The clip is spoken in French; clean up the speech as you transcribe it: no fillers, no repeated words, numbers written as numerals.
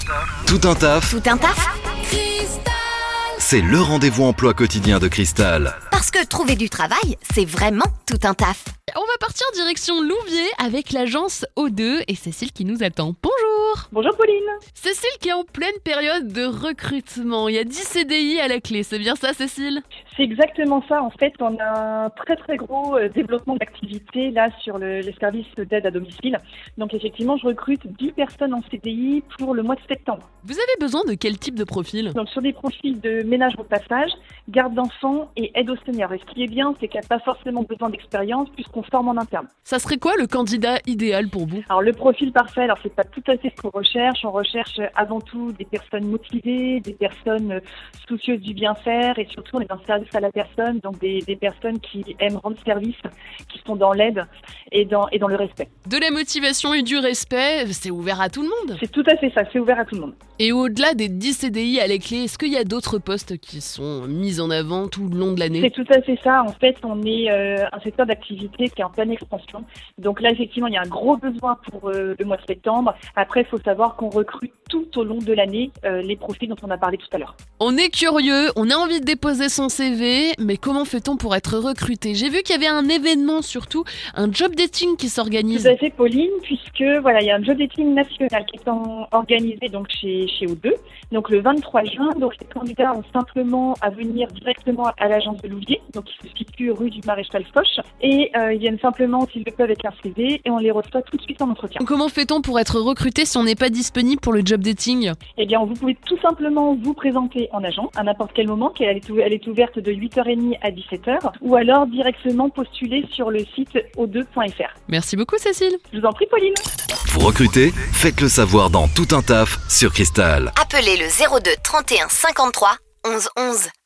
Tout un taf, Tout un taf? c'est le rendez-vous emploi quotidien de Cristal. Parce que trouver du travail, c'est vraiment tout un taf. On va partir direction Louviers avec l'agence O2 et Cécile qui nous attend. Bonjour. Bonjour Pauline. Cécile qui est en pleine période de recrutement. Il y a 10 CDI à la clé, c'est bien ça Cécile? C'est exactement ça. En fait, on a un très gros développement d'activité là sur les services d'aide à domicile. Donc effectivement, je recrute 10 personnes en CDI pour le mois de septembre. Vous avez besoin de quel type de profil? Donc sur des profils de ménage au passage, garde d'enfants et aide aux seniors. Et ce qui est bien, c'est qu'il n'y a pas forcément besoin d'expérience puisqu'on forme en interne. Ça serait quoi le candidat idéal pour vous? Alors le profil parfait, alors c'est pas tout à fait ce qu'on recherche. On recherche avant tout des personnes motivées, des personnes soucieuses du bien-faire et surtout on est dans le service à la personne, donc des personnes qui aiment rendre service, qui sont dans l'aide et dans le respect. De la motivation et du respect, c'est ouvert à tout le monde. C'est tout à fait ça, c'est ouvert à tout le monde. Et au-delà des 10 CDI à la clé, est-ce qu'il y a d'autres postes qui sont mis en avant tout le long de l'année? C'est tout à fait ça. En fait, on est un secteur d'activité qui est en pleine expansion. Donc là, effectivement, il y a un gros besoin pour le mois de septembre. Après, il faut savoir qu'on recrute tout au long de l'année les profils dont on a parlé tout à l'heure. On est curieux, on a envie de déposer son CV, mais comment fait-on pour être recruté? J'ai vu qu'il y avait un événement surtout, un job dating qui s'organise. Tout à fait, Pauline, puisque voilà, il y a un job dating national qui est organisé donc chez O2. Donc le 23 juin, donc les candidats ont simplement à venir directement à l'agence de Louviers, donc qui se situe rue du Maréchal Foch, et ils viennent simplement s'ils le peuvent avec un CV et on les reçoit tout de suite en entretien. Comment fait-on pour être recruté si on n'est pas disponible pour le job dating? Eh bien, vous pouvez tout simplement vous présenter en agent à n'importe quel moment, elle est ouverte de 8h30 à 17h, ou alors directement postuler sur le site o2.fr. Merci beaucoup Cécile. Je vous en prie, Pauline. Vous recrutez? Faites le savoir dans Tout un taf sur Cristal. Appelez le 02 31 53 11 11.